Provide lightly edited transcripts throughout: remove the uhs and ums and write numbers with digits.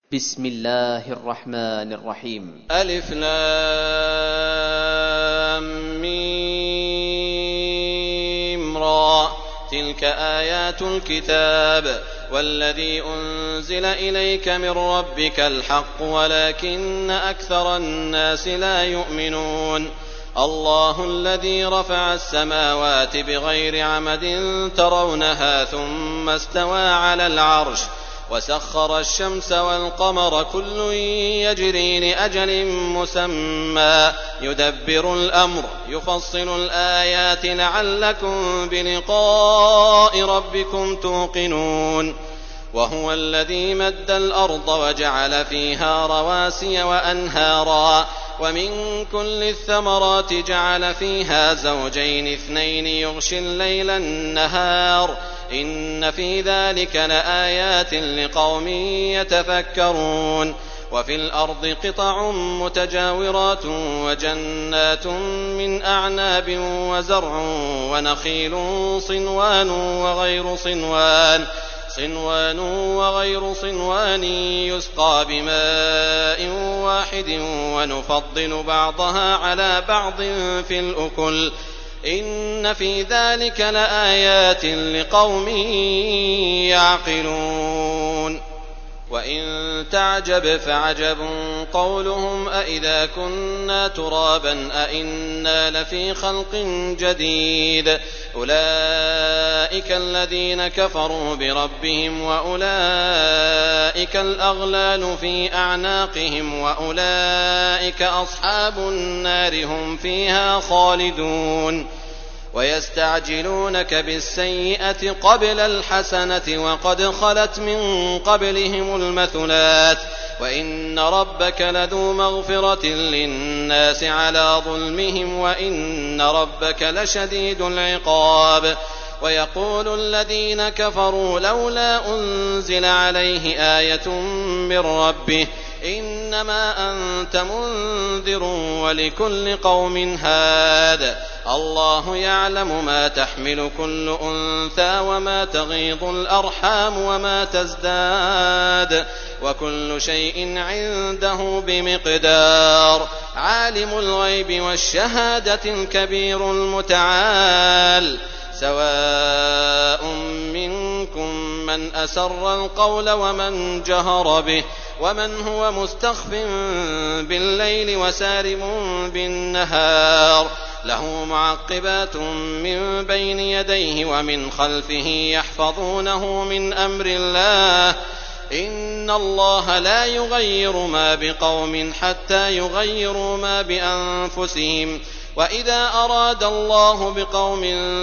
بسم الله الرحمن الرحيم. ألف لام ميم را. تلك آيات الكتاب والذي أنزل إليك من ربك الحق ولكن أكثر الناس لا يؤمنون. الله الذي رفع السماوات بغير عمد ترونها ثم استوى على العرش وسخر الشمس والقمر كل يجري لأجل مسمى يدبر الأمر يفصل الآيات لعلكم بلقاء ربكم توقنون. وهو الذي مد الأرض وجعل فيها رواسي وأنهارا ومن كل الثمرات جعل فيها زوجين اثنين يغشي الليل النهار إن في ذلك لآيات لقوم يتفكرون. وفي الأرض قطع متجاورات وجنات من أعناب وزرع ونخيل صنوان وغير صنوان يسقى بماء واحد ونفضل بعضها على بعض في الأكل إن في ذلك لآيات لقوم يعقلون. وإن تعجب فعجب قولهم أإذا كنا ترابا أإنا لفي خلق جديد أولئك الذين كفروا بربهم وأولئك الأغلال في أعناقهم وأولئك أصحاب النار هم فيها خالدون. ويستعجلونك بالسيئة قبل الحسنة وقد خلت من قبلهم المثلات وإن ربك لذو مغفرة للناس على ظلمهم وإن ربك لشديد العقاب. ويقول الذين كفروا لولا أنزل عليه آية من ربه إنما أنت منذر ولكل قوم هاد الله يعلم ما تحمل كل أنثى وما تغيض الأرحام وما تزداد وكل شيء عنده بمقدار. عالم الغيب والشهادة الكبير المتعال سواء منكم من أسر القول ومن جهر به ومن هو مستخف بالليل وسارب بالنهار له معقبات من بين يديه ومن خلفه يحفظونه من أمر الله إن الله لا يغير ما بقوم حتى يغيروا ما بأنفسهم وإذا أراد الله بقوم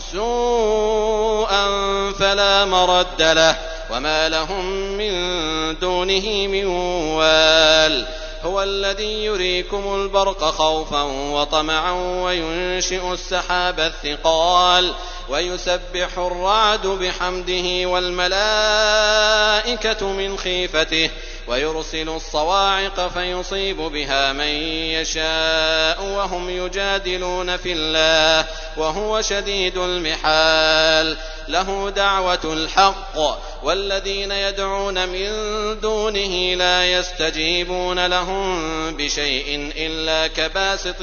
سوءا فلا مرد له وما لهم من دونه من وال. هو الذي يريكم البرق خوفا وطمعا وينشئ السحاب الثقال ويسبح الرعد بحمده والملائكة من خيفته ويرسل الصواعق فيصيب بها من يشاء وهم يجادلون في الله وهو شديد المحال. له دعوة الحق والذين يدعون من دونه لا يستجيبون لهم بشيء إلا كباسط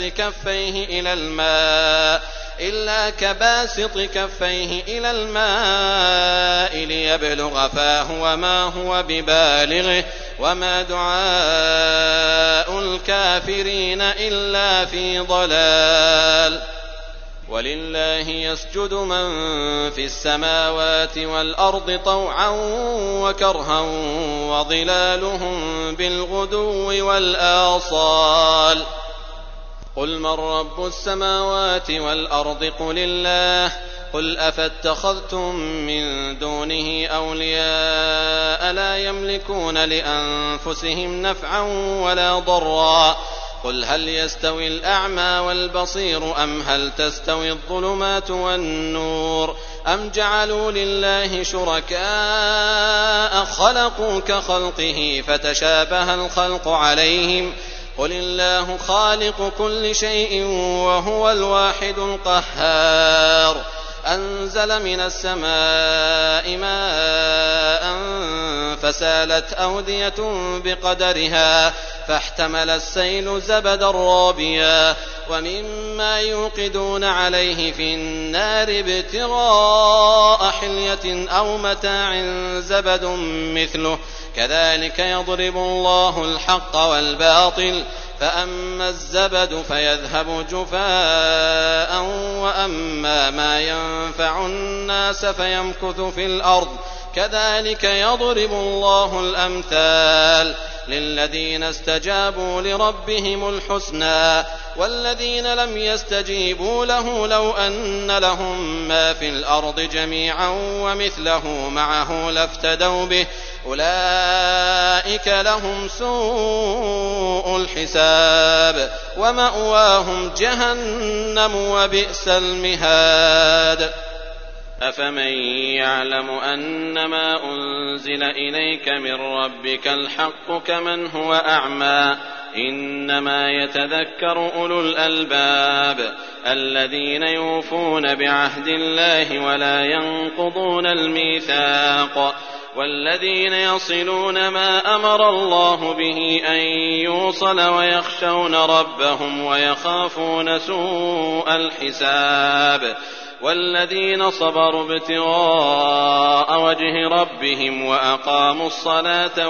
كفيه إلى الماء ليبلغ فاه وما هو ببالغه وما دعاء الكافرين إلا في ضلال. ولله يسجد من في السماوات والأرض طوعا وكرها وظلالهم بالغدو والآصال. قل من رب السماوات والأرض قل الله قل أفاتخذتم من دونه أولياء لا يملكون لأنفسهم نفعا ولا ضرا قل هل يستوي الأعمى والبصير أم هل تستوي الظلمات والنور أم جعلوا لله شركاء خلقوا كخلقه فتشابه الخلق عليهم قل الله خالق كل شيء وهو الواحد القهار. أنزل من السماء ماء فسالت أودية بقدرها فاحتمل السيل زبدا رابيا ومما يوقدون عليه في النار ابتغاء حلية أو متاع زبد مثله كذلك يضرب الله الحق والباطل فأما الزبد فيذهب جفاء وأما ما ينفع الناس فيمكث في الأرض كذلك يضرب الله الأمثال للذين استجابوا لربهم الحسنى والذين لم يستجيبوا له لو أن لهم ما في الأرض جميعا ومثله معه لافتدوا به أولئك لهم سوء الحساب ومأواهم جهنم وبئس المهاد أفمن يعلم أنما أنزل إليك من ربك الحق كمن هو أعمى إنما يتذكر أولو الألباب الذين يوفون بعهد الله ولا ينقضون الميثاق والذين يصلون ما أمر الله به أن يوصل ويخشون ربهم ويخافون سوء الحساب والذين صبروا ابتغاء وجه ربهم وأقاموا الصلاة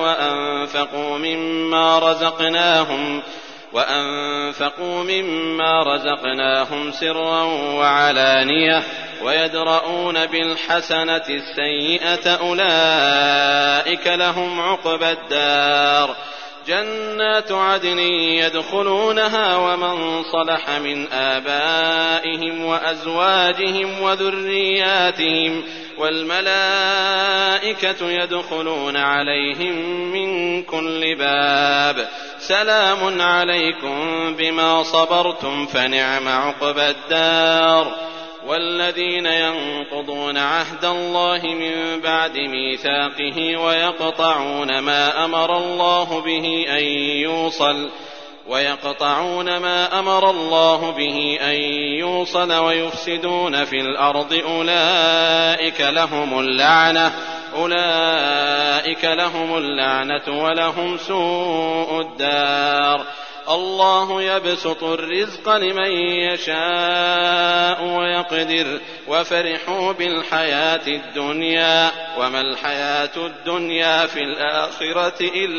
وأنفقوا مما رزقناهم سرا وعلانية ويدرؤون بالحسنة السيئة أولئك لهم عقبى الدار جنات عدن يدخلونها ومن صلح من آبائهم وأزواجهم وذرياتهم والملائكة يدخلون عليهم من كل باب سلام عليكم بما صبرتم فنعم عقبى الدار والذين ينقضون عهد الله من بعد ميثاقه ويقطعون ما أمر الله به أن يوصل ويفسدون في الأرض أولئك لهم اللعنة ولهم سوء الدار الله يبسط الرزق لمن يشاء ويقدر وفرحوا بالحياة الدنيا وما الحياة الدنيا في الآخرة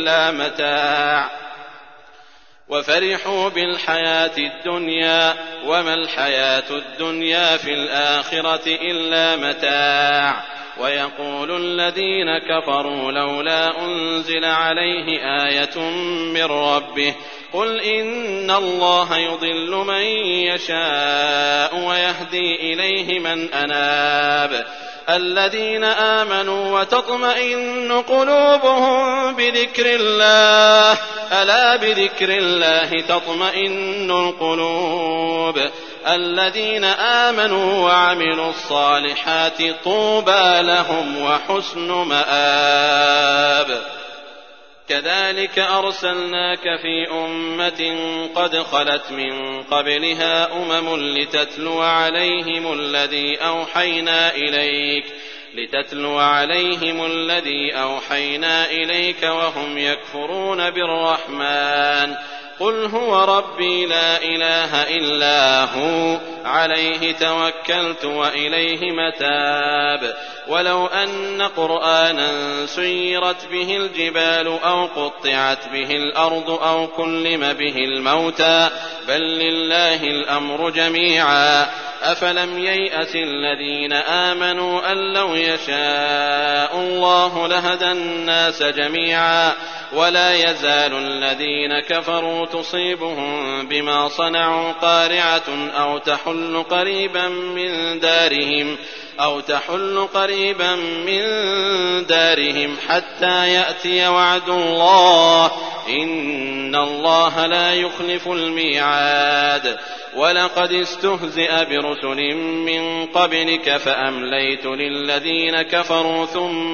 إلا متاع ويقول الذين كفروا لولا أنزل عليه آية من ربه قل إن الله يضل من يشاء ويهدي إليه من أناب الذين آمنوا وتطمئن قلوبهم بذكر الله ألا بذكر الله تطمئن القلوب الذين آمنوا وعملوا الصالحات طوبى لهم وحسن مآب كذلك أرسلناك في أمة قد خلت من قبلها لتتلو عليهم الذي أوحينا إليك وهم يكفرون بالرحمن قل هو ربي لا إله إلا هو عليه توكلت وإليه متاب ولو أن قرآنا سيرت به الجبال أو قطعت به الأرض أو كلم به الموتى بل لله الأمر جميعا أفلم ييأس الذين آمنوا أن لو يشاء الله لهدى الناس جميعا ولا يزال الذين كفروا تصيبهم بما صنعوا قارعة أو تحل قريبا من دارهم حتى يأتي وعد الله إن الله لا يخلف الميعاد ولقد استهزئ برسل من قبلك فأمليت للذين كفروا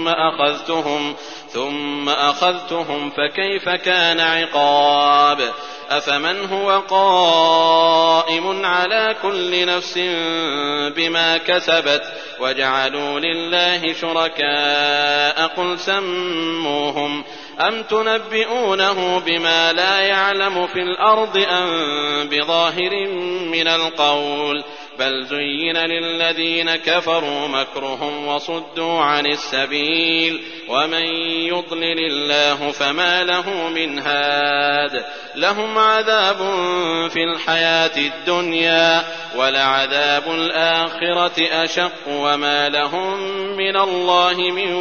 ثم أخذتهم فكيف كان عقاب أفمن هو قائم على كل نفس بما كسبت وجعلوا لله شركاء قل سموهم أم تنبئونه بما لا يعلم في الأرض أم بظاهر من القول بل زين للذين كفروا مكرهم وصدوا عن السبيل ومن يضلل الله فما له من هاد لهم عذاب في الحياة الدنيا ولعذاب الآخرة أشق وما لهم من الله من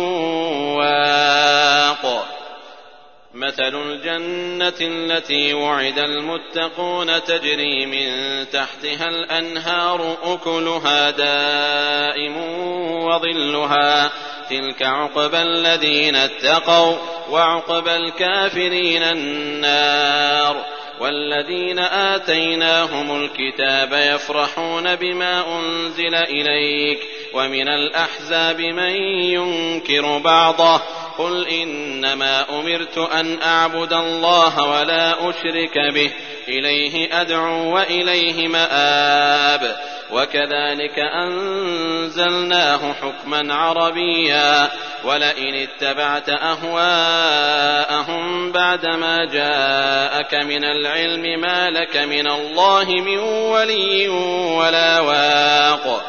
واق مثل الجنة التي وعد المتقون تجري من تحتها الأنهار أكلها دائم وظلها تلك عقبى الذين اتقوا وعقبى الكافرين النار والذين آتيناهم الكتاب يفرحون بما أنزل إليك ومن الأحزاب من ينكر بعضه قل إنما أمرت أن أعبد الله ولا أشرك به إليه أدعو وإليه مآب وكذلك أنزلناه حكما عربيا ولئن اتبعت أهواءهم بعدما جاءك من العلم ما لك من الله من ولي ولا واق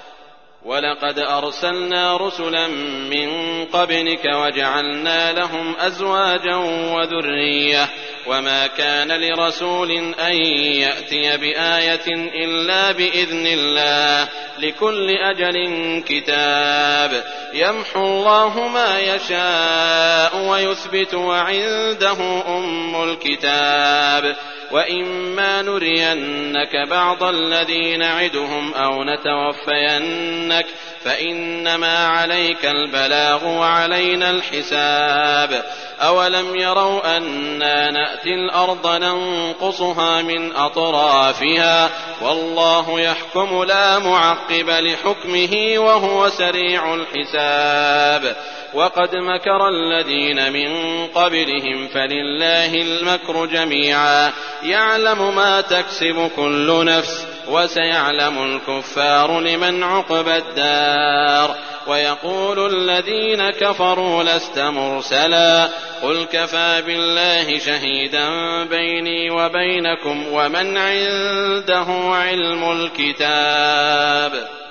ولقد أرسلنا رسلا من قبلك وجعلنا لهم أزواجا وذرية وما كان لرسول أن يأتي بآية إلا بإذن الله لكل أجل كتاب يمحو الله ما يشاء ويثبت وعنده أم الكتاب وإما نرينك بعض الذي نعدهم أو نتوفينك فإنما عليك البلاغ وعلينا الحساب أولم يروا أنا نأتي الأرض ننقصها من أطرافها والله يحكم لا معقب لحكمه وهو سريع الحساب وقد مكر الذين من قبلهم فلله المكر جميعا يعلم ما تكسب كل نفس وسيعلم الكفار لمن عقبى الدار ويقول الذين كفروا لست مرسلا قل كفى بالله شهيدا بيني وبينكم ومن عنده علم الكتاب